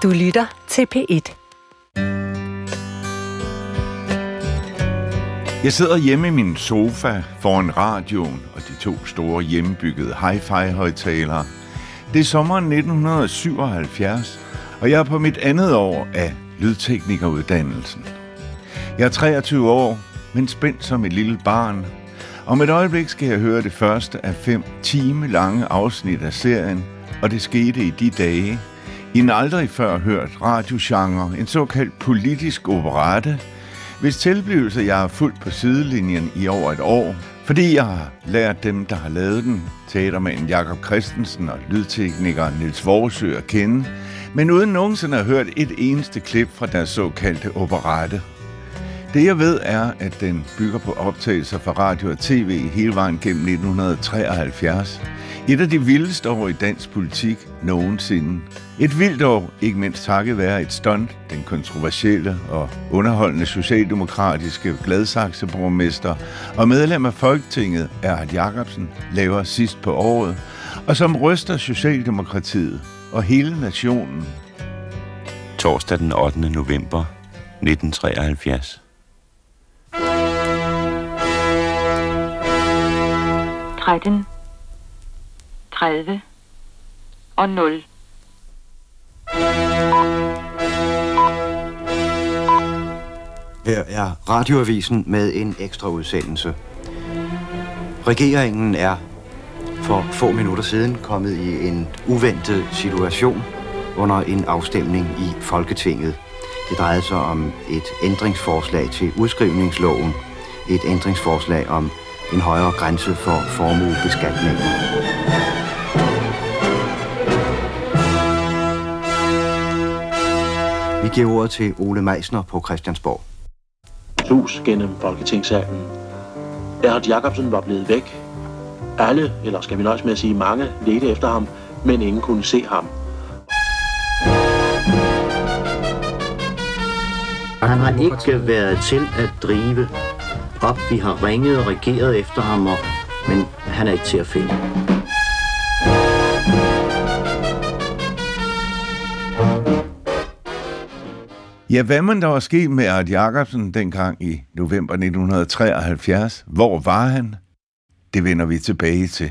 Du lytter til P1. Jeg sidder hjemme i min sofa foran radioen og de 2 store hjemmebyggede hi-fi-højttalere. Det er sommeren 1977, og jeg er på mit andet år af lydteknikeruddannelsen. Jeg er 23 år, men spændt som et lille barn. Om et øjeblik skal jeg høre det første af 5 timelange afsnit af serien, og det skete i de dage. I en aldrig før hørt radiogenre, en såkaldt politisk operette, hvis tilblivelse jeg har fulgt på sidelinjen i over et år, fordi jeg har lært dem, der har lavet den, teatermanden Jakob Christensen og lydteknikeren Niels Vorsø at kende, men uden nogensinde at have hørt et eneste klip fra deres såkaldte operette. Det jeg ved er, at den bygger på optagelser fra radio og tv hele vejen gennem 1973. Et af de vildeste år i dansk politik nogensinde. Et vildt år, ikke mindst takket være et stunt, den kontroversielle og underholdende socialdemokratiske Gladsaxe-borgmester og medlem af Folketinget, Erhard Jacobsen, laver sidst på året, og som ryster Socialdemokratiet og hele nationen. Torsdag den 8. november 1973. 13, 30 og 0. Her er radioavisen med en ekstra udsendelse. Regeringen er for få minutter siden kommet i en uventet situation under en afstemning i Folketinget. Det drejede sig om et ændringsforslag til udskrivningsloven, et ændringsforslag om en højere grænse for formuebeskatningen. Vi giver ordet til Ole Meisner på Christiansborg. Sus gennem Folketingssalen. Erhard Jacobsen var blevet væk. Alle, eller skal vi nøjes med at sige mange, ledte efter ham, men ingen kunne se ham. Han har ikke været til at drive op. Vi har ringet og regeret efter ham, men han er ikke til at finde. Ja, hvad man der var sket med Erhard Jacobsen dengang i november 1973? Hvor var han? Det vender vi tilbage til.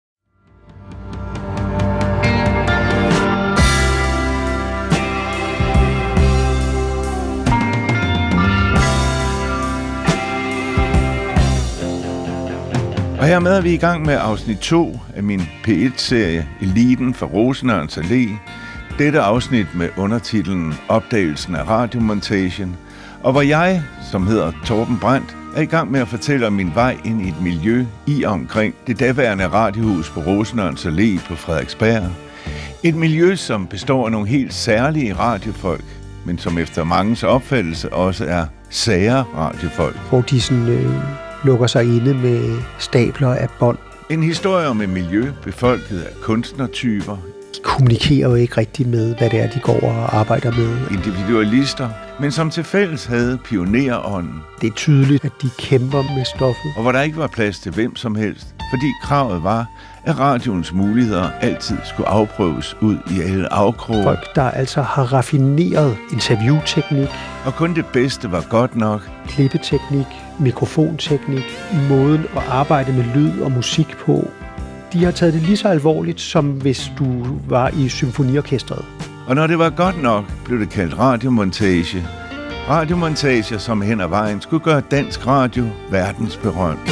Og hermed er vi i gang med afsnit 2 af min P1-serie Eliten fra Rosenørns Allé. Dette afsnit med undertitlen Opdagelsen af radiomontagen, og hvor jeg, som hedder Torben Brandt, er i gang med at fortælle om min vej ind i et miljø i og omkring det daværende radiohus på Rosenørns Allé på Frederiksberg. Et miljø, som består af nogle helt særlige radiofolk, men som efter mangens opfattelse også er sære radiofolk. Hvor de lukker sig inde med stabler af bånd. En historie om et miljø befolket af kunstnertyper. De kommunikerer jo ikke rigtigt med, hvad det er, de går og arbejder med. Individualister, men som til fælles havde pionerånden. Det er tydeligt, at de kæmper med stoffet. Og hvor der ikke var plads til hvem som helst, fordi kravet var, at radioens muligheder altid skulle afprøves ud i alle afkroge. Folk, der altså har raffineret interviewteknik. Og kun det bedste var godt nok. Klippeteknik, mikrofonteknik, måden at arbejde med lyd og musik på. De har taget det lige så alvorligt, som hvis du var i symfoniorkestret. Og når det var godt nok, blev det kaldt radiomontage. Radiomontager, som hen ad vejen skulle gøre dansk radio verdensberømt.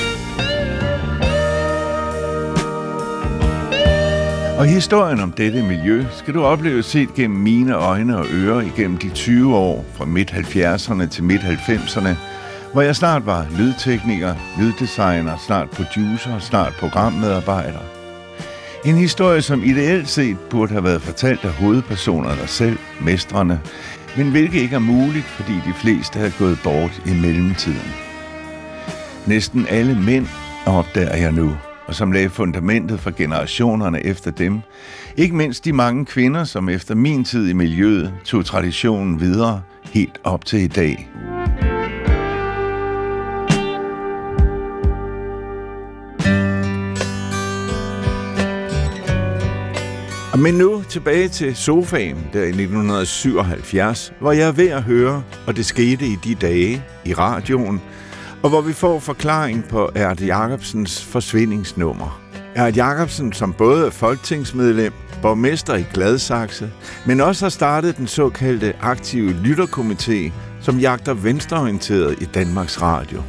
Og historien om dette miljø skal du opleve set gennem mine øjne og ører igennem de 20 år fra midt-70'erne til midt-90'erne, hvor jeg snart var lydtekniker, lyddesigner, snart producer, snart programmedarbejder. En historie, som ideelt set burde have været fortalt af hovedpersonerne selv, mestrene, men hvilket ikke er muligt, fordi de fleste er gået bort i mellemtiden. Næsten alle mænd opdager jeg nu, og som lagde fundamentet for generationerne efter dem. Ikke mindst de mange kvinder, som efter min tid i miljøet tog traditionen videre helt op til i dag. Men nu tilbage til sofaen der i 1977, hvor jeg er ved at høre, og det skete i de dage i radioen, og hvor vi får forklaring på Ert Jacobsens forsvindingsnummer. Ert Jacobsen, som både er folketingsmedlem, borgmester i Gladsaxe, men også har startet den såkaldte aktive lytterkomité, som jagter venstreorienteret i Danmarks Radio.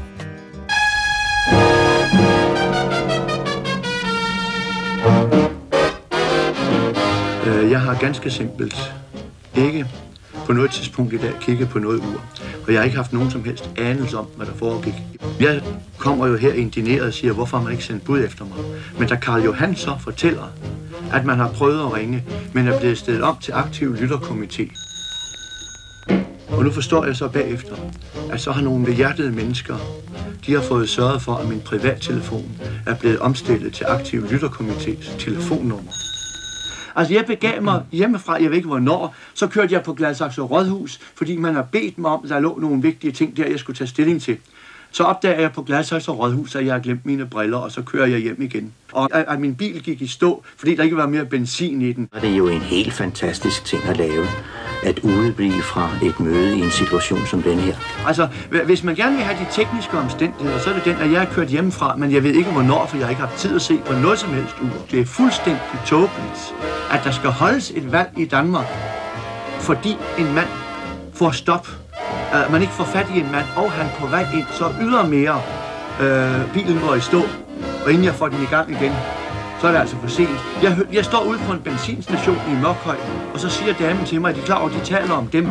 Jeg har ganske simpelt ikke på noget tidspunkt i dag kigget på noget ur, og jeg har ikke haft nogen som helst anelse om, hvad der foregik. Jeg kommer jo her indineret og siger, hvorfor har man ikke sendt bud efter mig? Men da Karl Johan så fortæller, at man har prøvet at ringe, men er blevet stillet om til aktiv lytterkomité. Og nu forstår jeg så bagefter, at så har nogle behjertede mennesker, de har fået sørget for, at min privattelefon er blevet omstillet til aktiv lytterkomités telefonnummer. Altså, jeg begav mig hjemmefra, jeg ved ikke hvornår, så kørte jeg på Gladsaxe Rådhus, fordi man har bedt mig om, at der lå nogle vigtige ting der, jeg skulle tage stilling til. Så opdager jeg på Gladsaxe Rådhus, at jeg har glemt mine briller, og så kører jeg hjem igen. Og at min bil gik i stå, fordi der ikke var mere benzin i den. Det er jo en helt fantastisk ting at lave, at udeblive fra et møde i en situation som den her. Altså, hvis man gerne vil have de tekniske omstændigheder, så er det den, at jeg er kørt hjemmefra, men jeg ved ikke hvornår, for jeg har ikke haft tid at se på noget som helst ur. Det er fuldstændig tåbeligt, at der skal holdes et valg i Danmark, fordi en mand får stop. Man ikke får fat i en mand, og han på vej ind, så ydermere bilen går i stå, og inden jeg får den i gang igen, så er det altså for sent. Jeg står ude på en benzinstation i Mørkhøj, og så siger damen til mig, at de er klar over, at de taler om dem.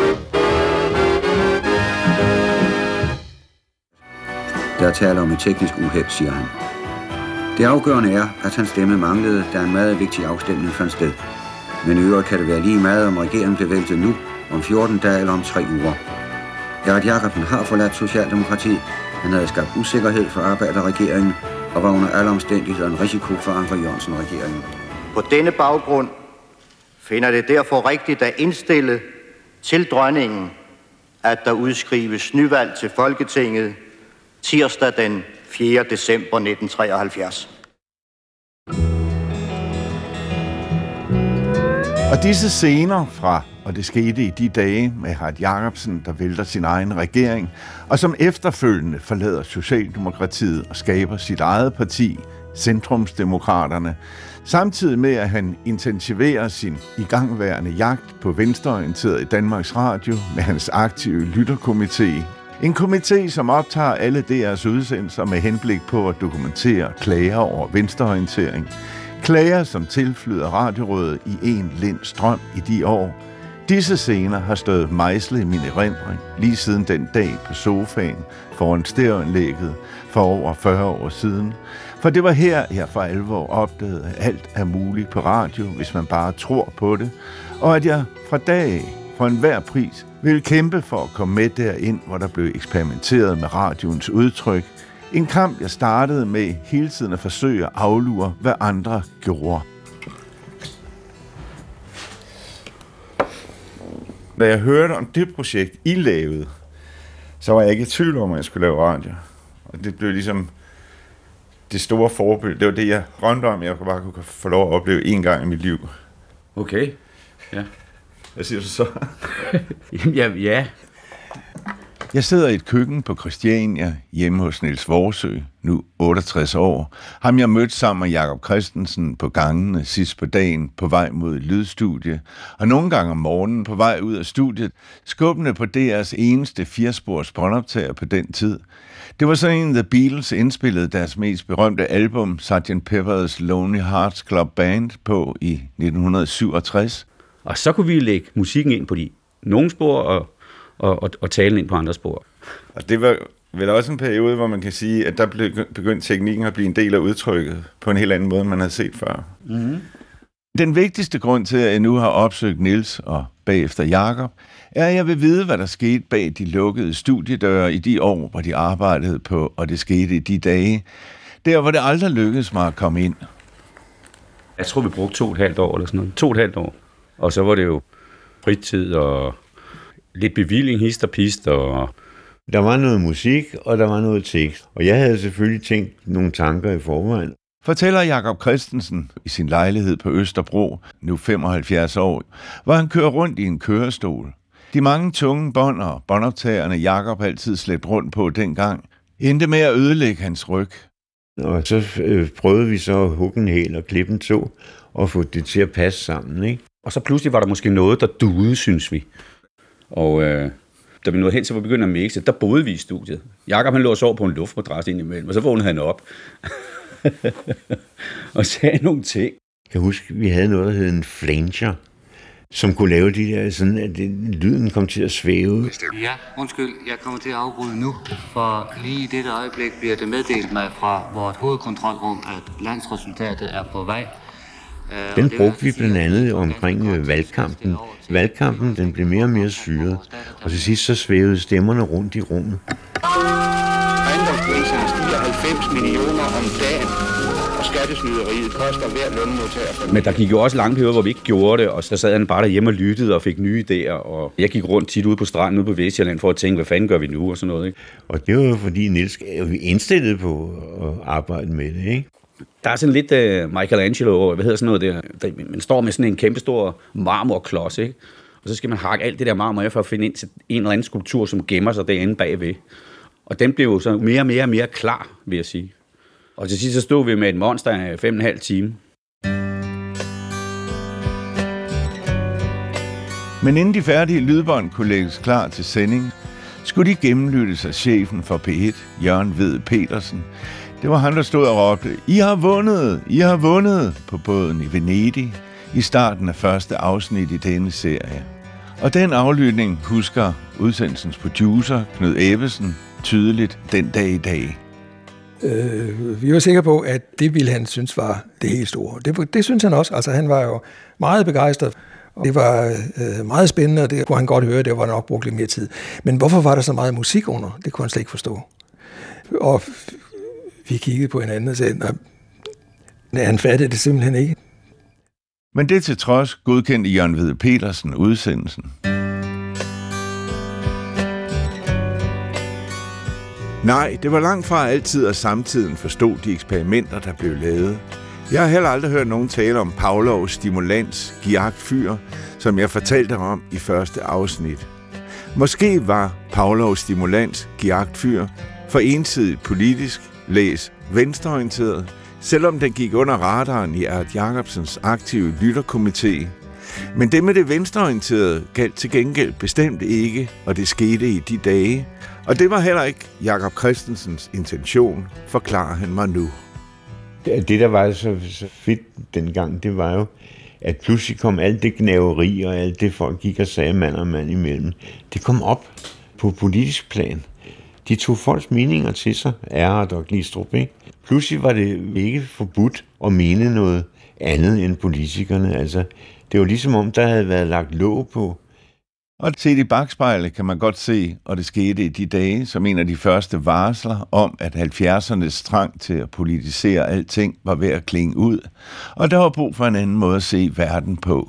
Der taler om et teknisk uheld, siger han. Det afgørende er, at hans stemme manglede, da en meget vigtig afstemning fandt sted. Men i øvrigt kan det være lige meget, om regeringen bliver væltet nu, om 14 dage eller om 3 uger. Ert Jacobsen har forladt Socialdemokratiet. Han havde skabt usikkerhed for arbejderregeringen og var under alle omstændigheder en risiko for Anker Jørgensen-regeringen. På denne baggrund finder det derfor rigtigt at indstille til dronningen, at der udskrives nyvalg til Folketinget tirsdag den 4. december 1973. Og disse scener fra, og det skete i de dage med Ert Jacobsen, der vælter sin egen regering, og som efterfølgende forlader Socialdemokratiet og skaber sit eget parti, Centrumsdemokraterne, samtidig med at han intensiverer sin igangværende jagt på venstreorienteret i Danmarks Radio med hans aktive lytterkomité. En komité, som optager alle deres udsendelser med henblik på at dokumentere klager over venstreorientering. Klager, som tilflyder Radiorådet i en lind strøm i de år. Disse scener har stået mejslet i min erindring lige siden den dag på sofaen foran stereoanlægget for over 40 år siden. For det var her, jeg for alvor opdagede, at alt er muligt på radio, hvis man bare tror på det. Og at jeg fra dag af, for enhver pris, ville kæmpe for at komme med derind, hvor der blev eksperimenteret med radioens udtryk. En kamp, jeg startede med hele tiden at forsøge at aflure, hvad andre gjorde. Da jeg hørte om det projekt, I lavede, så var jeg ikke i tvivl om, at jeg skulle lave radio. Og det blev ligesom det store forbillede. Det var det, jeg drømte om, jeg bare kunne få lov at opleve en gang i mit liv. Okay, ja. Hvad siger du så? Ja. Jeg sidder i et køkken på Christiania, hjemme hos Niels Vorsø, nu 68 år. Ham jeg mødte sammen med Jakob Christensen på gangene sidst på dagen på vej mod et lydstudie, og nogle gange om morgenen på vej ud af studiet, skubbende på DR's eneste 4-spors båndoptager på den tid. Det var sådan en, The Beatles indspillede deres mest berømte album, Sgt. Pepper's Lonely Hearts Club Band, på i 1967. Og så kunne vi lægge musikken ind på nogle spor og talen ind på andre spor. Og det var vel også en periode, hvor man kan sige, at der begyndte teknikken at blive en del af udtrykket på en helt anden måde, end man havde set før. Mm-hmm. Den vigtigste grund til, at jeg nu har opsøgt Niels og bagefter Jakob, er, at jeg vil vide, hvad der skete bag de lukkede studiedøre i de år, hvor de arbejdede på, og det skete i de dage, der hvor det aldrig lykkedes mig at komme ind. Jeg tror, vi brugte 2,5 år eller sådan noget. 2,5 år. Og så var det jo fritid og lidt bevilling, hist og pist. Og der var noget musik, og der var noget tekst. Og jeg havde selvfølgelig tænkt nogle tanker i forvejen. Fortæller Jakob Christensen i sin lejlighed på Østerbro, nu 75 år, hvor han kører rundt i en kørestol. De mange tunge bånd og båndoptagerne Jakob altid slæbte rundt på dengang, endte med at ødelægge hans ryg. Og så prøvede vi så at hugge en hæl og klippe en tå og få det til at passe sammen, ikke? Og så pludselig var der måske noget, der duede, synes vi. Og da vi nåede hen, så var vi begyndt at mixe, der boede vi i studiet. Jakob han lå og sov på en luftmadras indimellem, og så vågnede han op og sagde nogle ting. Jeg kan huske, vi havde noget, der hed en flanger, som kunne lave de der, sådan at lyden kom til at svæve. Ja, undskyld, jeg kommer til at afbryde nu, for lige i dette øjeblik bliver det meddelt mig fra vores hovedkontrolrum, at landsresultatet er på vej. Den brugte vi blandt andet omkring valgkampen. Valgkampen, den blev mere og mere syret, og til sidst så svævede stemmerne rundt i rummet. Ejendomspriserne stiger 90 millioner om dagen, og skattesnyderiet koster hver lønmodtager. Men der gik jo også lange perioder, hvor vi ikke gjorde det, og så sad han bare derhjemme og lyttede og fik nye idéer, og jeg gik rundt tit ude på stranden ude på Vestjylland for at tænke, hvad fanden gør vi nu og sådan noget, ikke? Og det var jo fordi Niels vi indstillede på at arbejde med det, ikke? Der er sådan lidt Michelangelo, hvad hedder sådan noget der? Man står med sådan en kæmpestor marmorklods, ikke? Og så skal man hakke alt det der marmor af for at finde ind til en eller anden skulptur, som gemmer sig derinde bagved. Og den blev jo så mere og mere klar, vil jeg sige. Og til sidst så stod vi med et monster af 5,5 timer. Men inden de færdige lydbånd kunne lægges klar til sending, skulle de gennemlyttes af chefen for P1, Jørgen Ved Petersen. Det var han, der stod og råbte, I har vundet! I har vundet! På båden i Venedig i starten af første afsnit i denne serie. Og den aflytning husker udsendelsens producer, Knud Ebbesen, tydeligt den dag i dag. Vi var sikre på, at det ville han synes var det helt store. Det synes han også. Altså, han var jo meget begejstret. Det var meget spændende, og det kunne han godt høre, det var nok brugt lidt mere tid. Men hvorfor var der så meget musik under? Det kunne han slet ikke forstå. Og vi kiggede på hinanden og sagde, at han fattede det simpelthen ikke. Men det til trods godkendte Jørgen Ved Petersen udsendelsen. Nej, det var langt fra altid at samtiden forstod de eksperimenter, der blev lavet. Jeg har heller aldrig hørt nogen tale om Pavlovs stimulans, giac-fyr, som jeg fortalte om i første afsnit. Måske var Pavlovs stimulans, giac-fyr, for ensidigt politisk, læs venstreorienteret, selvom den gik under radaren i Ert Jacobsens aktive lytterkomité. Men det med det venstreorienterede galt til gengæld bestemt ikke, og det skete i de dage. Og det var heller ikke Jakob Christensens intention, forklarer han mig nu. Det, der var så fedt dengang, det var jo, at pludselig kom alt det gnaveri og alt det folk gik og sagde mand og mand imellem. Det kom op på politisk plan. De tog folks meninger til sig, Erhard og Glistrup, ikke? Pludselig var det ikke forbudt at mene noget andet end politikerne. Altså, det var ligesom om, der havde været lagt låg på. Og set i bakspejlet kan man godt se, og det skete i de dage, som en af de første varsler om, at 70'ernes trang til at politisere alting var ved at klinge ud, og der var brug for en anden måde at se verden på.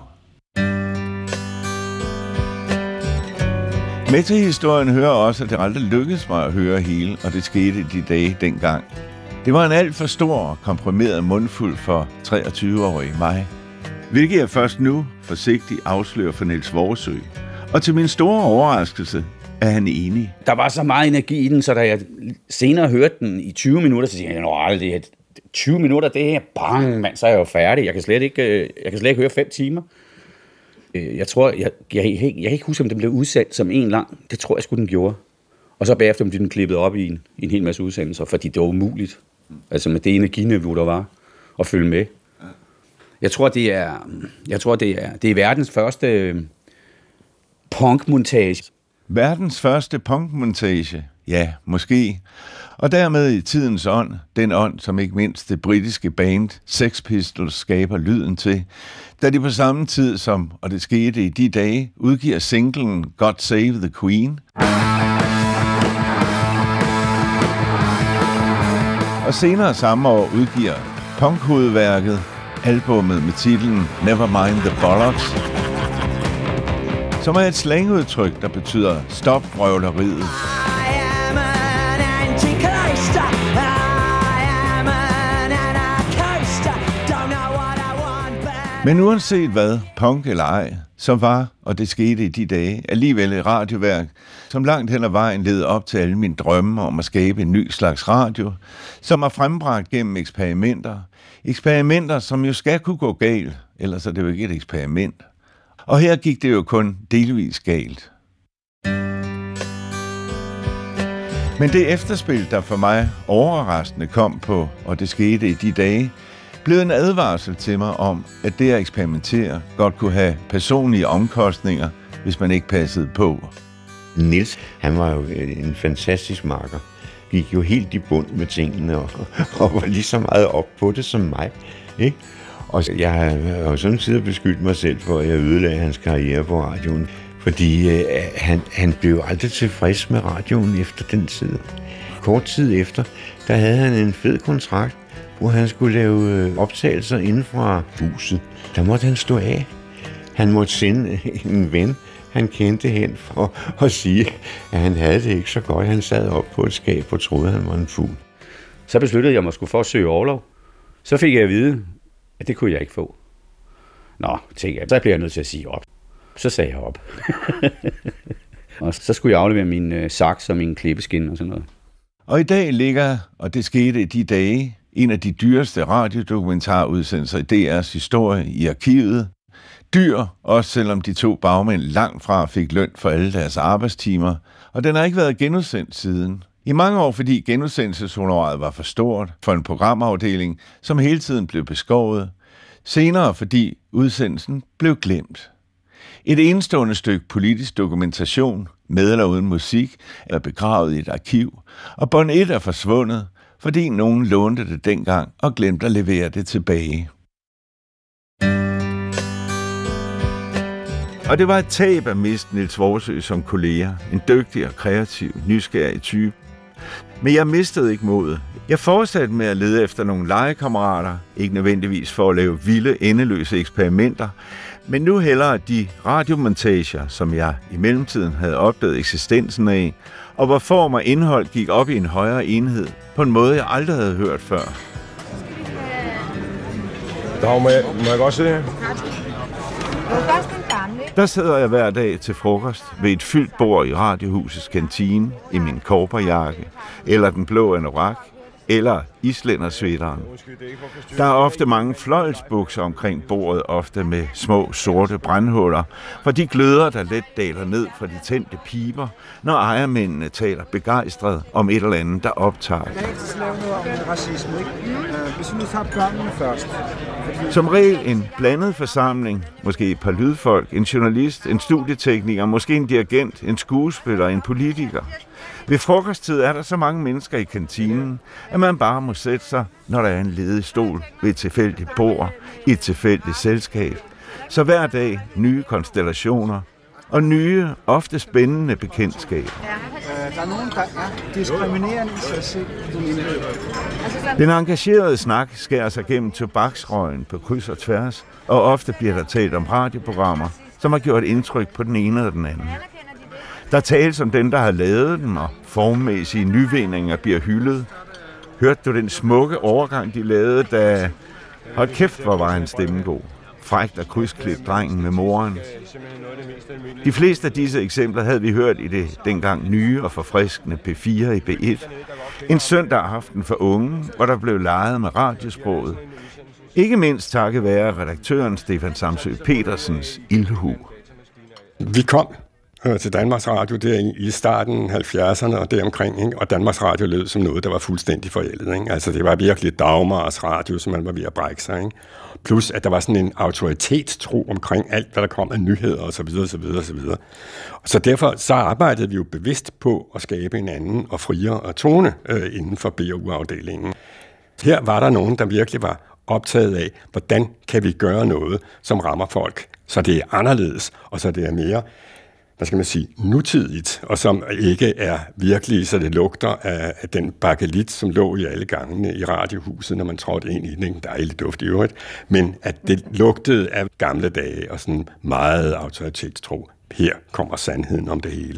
Med til historien hører også, at det aldrig lykkedes mig at høre hele, og det skete i de dage dengang. Det var en alt for stor og komprimeret mundfuld for 23-årige mig, hvilket jeg først nu forsigtigt afslører for Niels Vorsø. Og til min store overraskelse er han enig. Der var så meget energi i den, så da jeg senere hørte den i 20 minutter, så siger jeg, det er 20 minutter, det her, bang, mand, så er jeg jo færdig. Jeg kan slet ikke høre 5 timer. Jeg tror, jeg kan ikke huske, om den blev udsendt som en lang. Det tror jeg sgu, den gjorde. Og så bagefter blev den klippet op i en hel masse udsendelser, fordi det var umuligt. Altså med det energiniveau, der var, at følge med. Jeg tror, det er verdens første punkmontage. Verdens første punkmontage? Ja, måske. Og dermed i tidens ånd, den ånd, som ikke mindst det britiske band Sex Pistols skaber lyden til, da de på samme tid som, og det skete i de dage, udgiver singlen God Save the Queen. Og senere samme år udgiver punkhovedværket albummet med titlen Nevermind the Bollocks, som er et slangudtryk, der betyder stop vrøvleriet. Men uanset hvad, punk eller ej, så var, og det skete i de dage, alligevel et radioværk, som langt hen ad vejen led op til alle mine drømme om at skabe en ny slags radio, som er frembragt gennem eksperimenter. Eksperimenter, som jo skal kunne gå galt, ellers er det jo ikke et eksperiment. Og her gik det jo kun delvis galt. Men det efterspil, der for mig overraskende kom på, og det skete i de dage, blev en advarsel til mig om, at det at eksperimentere godt kunne have personlige omkostninger, hvis man ikke passede på. Niels, han var jo en fantastisk makker. Gik jo helt i bund med tingene og var lige så meget op på det som mig. Ikke? Og jeg har jo sådan tid beskyldt mig selv for, at jeg ødelagde hans karriere på radioen. Fordi han blev aldrig tilfreds med radioen efter den tid. Kort tid efter, der havde han en fed kontrakt, hvor han skulle lave optagelser inden fra huset. Der måtte han stå af. Han måtte sende en ven, han kendte hen for at sige, at han havde det ikke så godt. Han sad op på et skab og troede, han var en fugl. Så besluttede jeg mig skulle forsøge orlov. Så fik jeg at vide, at det kunne jeg ikke få. Nå, tænkte jeg, så bliver jeg nødt til at sige op. Så sagde jeg op. Og så skulle jeg aflevere min saks og min klippeskin og sådan noget. Og i dag ligger, og det skete i de dage, en af de dyreste radiodokumentarudsendelser i DR's historie i arkivet. Dyr, også selvom de to bagmænd langt fra fik løn for alle deres arbejdstimer, og den har ikke været genudsendt siden. I mange år, fordi genudsendelseshonoraret var for stort for en programafdeling, som hele tiden blev beskåret. Senere, fordi udsendelsen blev glemt. Et enestående stykke politisk dokumentation, med eller uden musik, er begravet i et arkiv, og bånd 1 er forsvundet, fordi nogen lånte det dengang og glemte at levere det tilbage. Og det var et tab at miste Niels Vorsø som kollega, en dygtig og kreativ, nysgerrig type. Men jeg mistede ikke modet. Jeg fortsatte med at lede efter nogle legekammerater, ikke nødvendigvis for at lave vilde, endeløse eksperimenter, men nu hellere de radiomontager, som jeg i mellemtiden havde opdaget eksistensen af, og hvor form og indhold gik op i en højere enhed, på en måde, jeg aldrig havde hørt før. Må jeg godt se? Der sidder jeg hver dag til frokost ved et fyldt bord i Radiohusets kantine, i min korperjakke, eller den blå anorak, eller islændersvætteren. Der er ofte mange fløjlsbukser omkring bordet, ofte med små sorte brandhuller, for de gløder, der let daler ned fra de tændte piber, når ejermændene taler begejstret om et eller andet, der optager. Hvis vi nu tager børnene først. Som regel en blandet forsamling, måske et par lydfolk, en journalist, en studietekniker, måske en dirigent, en skuespiller, en politiker. Ved frokosttid er der så mange mennesker i kantinen, at man bare må sætte sig, når der er en ledig stol ved et tilfældigt bord, i et tilfældigt selskab. Så hver dag nye konstellationer og nye, ofte spændende bekendtskaber. Der er nogen, der er diskriminerende i sig selv. Den engagerede snak skærer sig gennem tobaksrøgen på kryds og tværs, og ofte bliver der talt om radioprogrammer, som har gjort indtryk på den ene eller den anden. Der tales om den, der har lavet dem, og formmæssige nyvindinger bliver hyldet. Hørte du den smukke overgang, de lavede, da... Hold kæft, hvor var hans stemme god. Frækt og krydsklidt drengen med moren. De fleste af disse eksempler havde vi hørt i det dengang nye og forfriskende P4 i B1. En søndag aften for unge, hvor der blev leget med radiosproget. Ikke mindst takket være redaktøren Stefan Samsø Petersens ildhu. Vi kom til Danmarks Radio der i starten af 70'erne og deromkring, ikke? Og Danmarks Radio lød som noget, der var fuldstændig forældet. Ikke? Altså det var virkelig Dagmars radio, som man var ved at brække sig. Ikke? Plus at der var sådan en autoritetstro omkring alt, hvad der kom af nyheder osv. osv. Så derfor så arbejdede vi jo bevidst på at skabe en anden og friere tone inden for BU-afdelingen. Her var der nogen, der virkelig var optaget af, hvordan kan vi gøre noget, som rammer folk, så det er anderledes, og så det er mere, hvad skal man sige, nutidigt, og som ikke er virkelig, så det lugter af den bakelit, som lå i alle gangene i Radiohuset, når man trådte ind i den. En dejlig duft i øvrigt, men at det lugtede af gamle dage og sådan meget autoritetstro. Her kommer sandheden om det hele.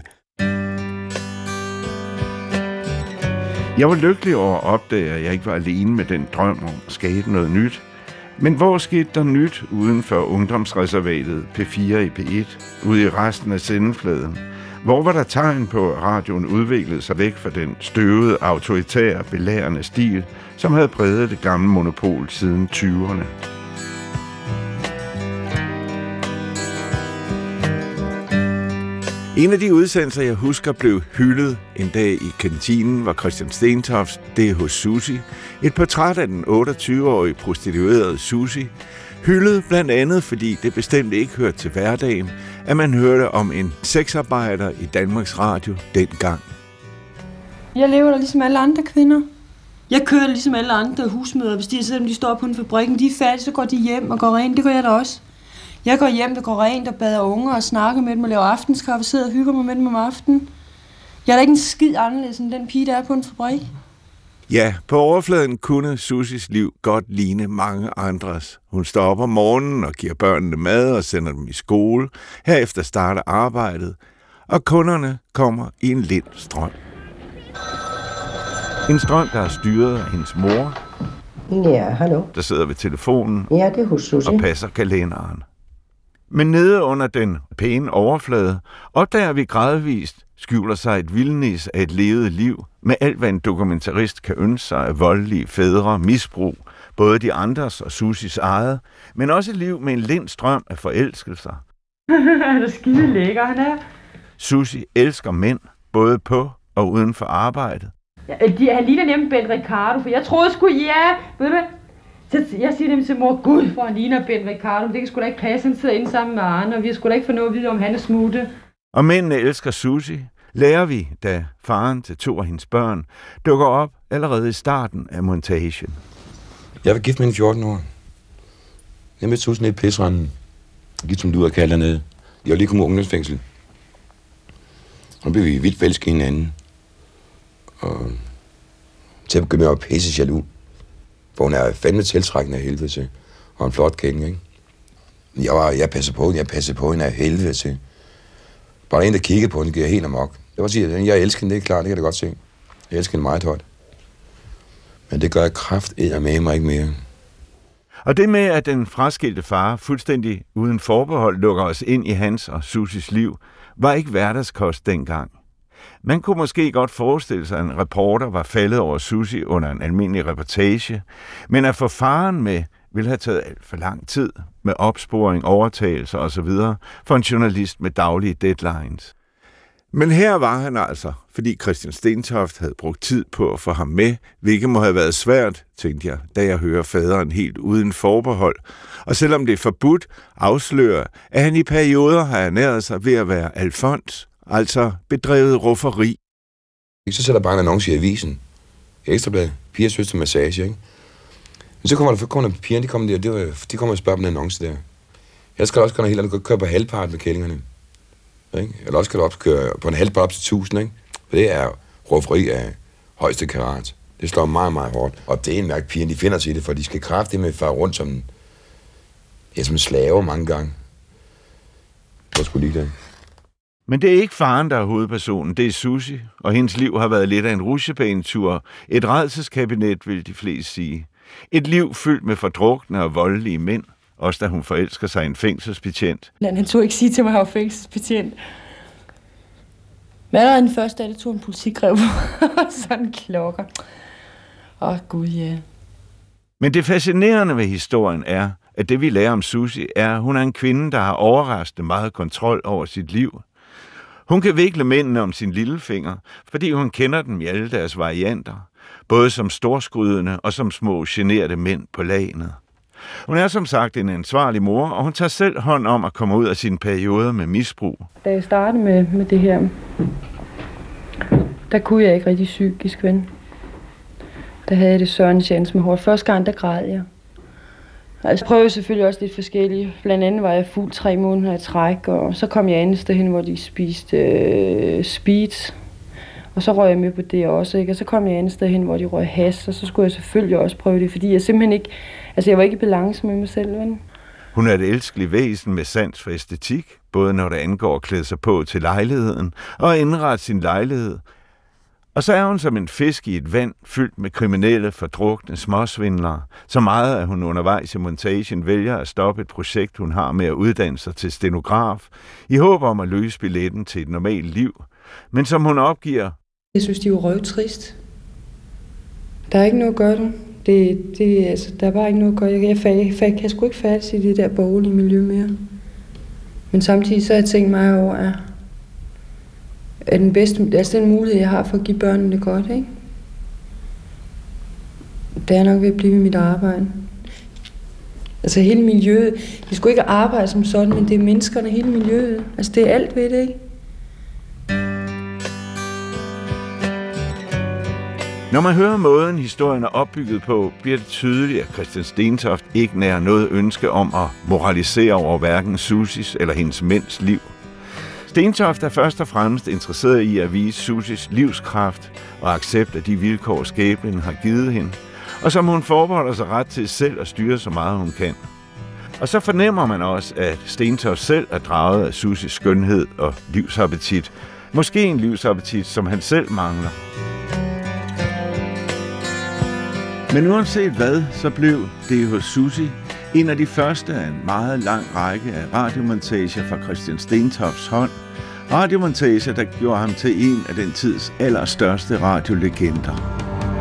Jeg var lykkelig over at opdage, at jeg ikke var alene med den drøm om at skabe noget nyt. Men hvor skete der nyt uden for ungdomsreservatet P4 i P1, ude i resten af sendefladen? Hvor var der tegn på, at radioen udviklede sig væk fra den støvede, autoritære, belærende stil, som havde præget det gamle monopol siden 20'erne? En af de udsendelser, jeg husker, blev hyldet en dag i kantinen, hvor Christian Stentoft, det er hos Susi, et portræt af den 28-årige prostituerede Susi, hyldet blandt andet, fordi det bestemt ikke hørte til hverdagen, at man hørte om en sexarbejder i Danmarks Radio dengang. Jeg lever da ligesom alle andre kvinder. Jeg kører ligesom alle andre husmødre, hvis selvom de står på en fabrikken, de er færdige, så går de hjem og går rent. Det gør jeg da også. Jeg går hjem, der går rent og bader unger og snakker med dem og laver aftenskaffe, sidder og hygger mig med dem om aftenen. Jeg er da ikke en skid anderledes end den pige, der er på en fabrik. Ja, på overfladen kunne Susis liv godt ligne mange andres. Hun står op om morgenen og giver børnene mad og sender dem i skole. Herefter starter arbejdet, og kunderne kommer i en lind strøm. En strøm, der er styret af hendes mor, Ja, hallo. der sidder ved telefonen Ja, det er hos Susie. og passer kalenderen. Men nede under den pæne overflade opdager vi gradvist skjuler sig et vildnis af et levet liv, med alt hvad en dokumentarist kan ønske sig af voldelige fædre, misbrug, både de andres og Susis eget, men også et liv med en lind strøm af forelskelser. Han er skide lækker, han er. Susi elsker mænd, både på og uden for arbejdet. Ja, han ligner nemlig Ben Ricardo, for jeg troede sgu, ja, ved du hvad? Så jeg siger dem til mor, gud, for han ligner Ben Ricardo, det kan sgu da ikke passe, han sidder inde sammen med Arne, og vi har sgu da ikke fået noget at vide, om han er smutte. Og mændene elsker Susi, lærer vi, da faren til 2 af hendes børn dukker op allerede i starten af montagen. Jeg var gift med en 14 år. Jeg mødte Susi nede i Pisranden. Givet som du har kaldt dernede. Jeg var lige kommet ungdomsfængsel. Og blev vi vildt forelskede hinanden. Og til at begynde med at være pisse jaloux. For hun er fandme tiltrækkende af helvede til. Og en flot kælling, ikke? Jeg passer på hende af helvede til. Bare en, der kiggede på hende, giver helt amok. Jeg vil sige, at jeg elsker hende, det er klart, det kan jeg godt se. Jeg elsker hende meget højt. Men det gør jeg krafteddermed mig ikke mere. Og det med, at den fraskilte far fuldstændig uden forbehold lukker os ind i hans og Susis liv, var ikke hverdagskost dengang. Man kunne måske godt forestille sig, at en reporter var faldet over Susi under en almindelig reportage, men at få faren med ville have taget alt for lang tid med opsporing, overtagelser osv. for en journalist med daglige deadlines. Men her var han altså, fordi Christian Stentoft havde brugt tid på at få ham med, hvilket må have været svært, tænkte jeg, da jeg hører faderen helt uden forbehold. Og selvom det er forbudt, afslører, at han i perioder har ernæret sig ved at være Alfons, altså bedrevet rufferi. Så sætter bare en annonce i avisen. Ekstrablad. Piger søs til massage, ikke? Men så kommer der pigerne, de kommer og spørger på den annonce der. Jeg skal også gøre helt køre på halvpart med kællingerne. Ikke? Eller også skal du køre på en halvpart op til 1000, ikke? For det er rufferi af højeste karat. Det slår meget, meget hårdt. Og det er en mærke pigerne, de finder til det, for de skal kraftigt med far rundt som en slave mange gange. Jeg skulle lige det. Men det er ikke faren, der er hovedpersonen, det er Susi, og hendes liv har været lidt af en rutsjebanetur. Et rædselskabinet, vil de fleste sige. Et liv fyldt med fordrukne og voldelige mænd, også da hun forelsker sig i en fængselsbetjent. Han tog ikke sige til mig, at jeg var fængselsbetjent. Men allerede den første dag, der tog en politikrev på sådan klokker. Gud, ja. Men det fascinerende ved historien er, at det vi lærer om Susi er, at hun er en kvinde, der har overraskende meget kontrol over sit liv. Hun kan vikle mændene om sin lillefinger, fordi hun kender dem i alle deres varianter, både som storskrydende og som små generede mænd på lagenet. Hun er som sagt en ansvarlig mor, og hun tager selv hånd om at komme ud af sine perioder med misbrug. Da jeg startede med det her, der kunne jeg ikke rigtig psykisk, ven. Der havde jeg det sådan chance med hårdt. Første gang, der græd jeg. Jeg prøvede selvfølgelig også lidt forskellige. Blandt andet var jeg fuld 3 måneder i træk, og så kom jeg andet sted hen, hvor de spiste speed. Og så røg jeg med på det også, ikke? Og så kom jeg andet sted hen, hvor de røg hash, og så skulle jeg selvfølgelig også prøve det, fordi jeg simpelthen ikke, jeg var ikke i balance med mig selv, ven. Hun er et elskeligt væsen med sans for æstetik, både når det angår at klæde sig på til lejligheden og indrette sin lejlighed. Og så er hun som en fisk i et vand, fyldt med kriminelle, fordrukne småsvindlere. Så meget, at hun undervejs i montagen vælger at stoppe et projekt, hun har med at uddanne sig til stenograf, i håb om at løse billetten til et normalt liv. Men som hun opgiver... Jeg synes, de er jo røvtrist. Der er ikke noget at gøre nu. Altså, der er bare ikke noget at gøre. Jeg kan sgu ikke færdig i det der borgerlige miljø mere. Men samtidig så har jeg tænkt mig over, at den bedste, altså den mulighed, jeg har for at give børnene det godt, ikke? Det er nok ved at blive mit arbejde. Altså hele miljøet. Det skulle ikke arbejde som sådan, men det er menneskerne, hele miljøet. Altså det er alt ved det, ikke? Når man hører måden, historien er opbygget på, bliver det tydeligt, at Christian Stentoft ikke nærer noget ønske om at moralisere over hverken Susis eller hendes mænds liv. Stentoft er først og fremmest interesseret i at vise Susis livskraft og accept af de vilkår, skæbnen har givet hende, og som hun forbeholder sig ret til selv at styre så meget hun kan. Og så fornemmer man også, at Stentoft selv er draget af Susis skønhed og livsappetit. Måske en livsappetit, som han selv mangler. Men uanset hvad, så blev det hos Susi en af de første af en meget lang række af radiomontager fra Christian Stentofts hånd. Radiomontager, der gjorde ham til en af den tids allerstørste radiolegender.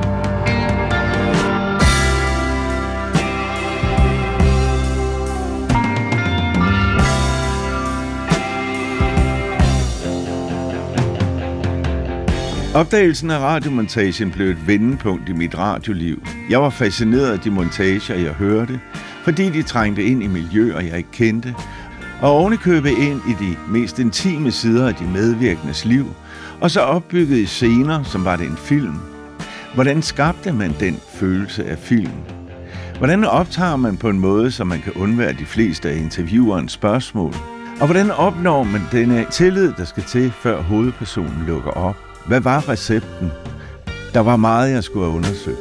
Opdagelsen af radiomontagen blev et vendepunkt i mit radioliv. Jeg var fascineret af de montager, jeg hørte, fordi de trængte ind i miljøer, jeg ikke kendte, og ovenikøbet ind i de mest intime sider af de medvirkendes liv, og så opbygget i scener, som var det en film. Hvordan skabte man den følelse af film? Hvordan optager man på en måde, så man kan undvære de fleste af interviewerens spørgsmål? Og hvordan opnår man denne tillid, der skal til, før hovedpersonen lukker op? Hvad var recepten? Der var meget, jeg skulle have undersøgt.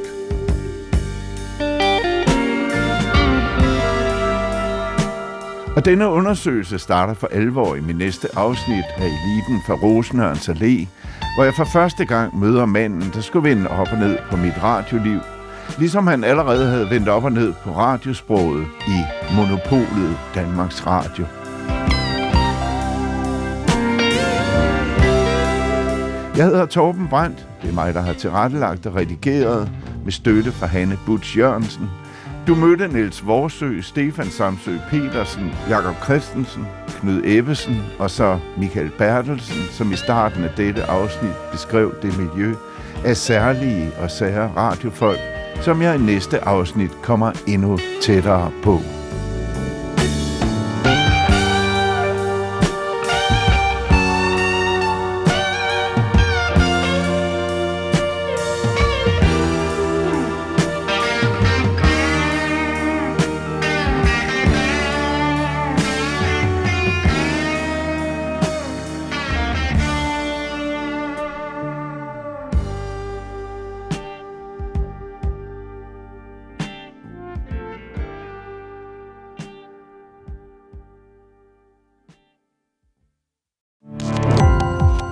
Og denne undersøgelse starter for alvor i min næste afsnit af Eliten fra Rosenørns Allé, hvor jeg for første gang møder manden, der skulle vende op og ned på mit radioliv, ligesom han allerede havde vendt op og ned på radiosproget i monopolet Danmarks Radio. Jeg hedder Torben Brandt. Det er mig, der har tilrettelagt og redigeret med støtte fra Hanne Butch Jørgensen. Du mødte Niels Vorsø, Stefan Samsø Petersen, Jakob Christensen, Knud Ebbesen og så Michael Bertelsen, som i starten af dette afsnit beskrev det miljø af særlige og sære radiofolk, som jeg i næste afsnit kommer endnu tættere på.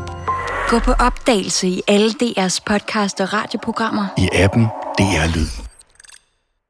Gå på opdagelse i alle DR's podcast og radioprogrammer. I appen DR Lyd.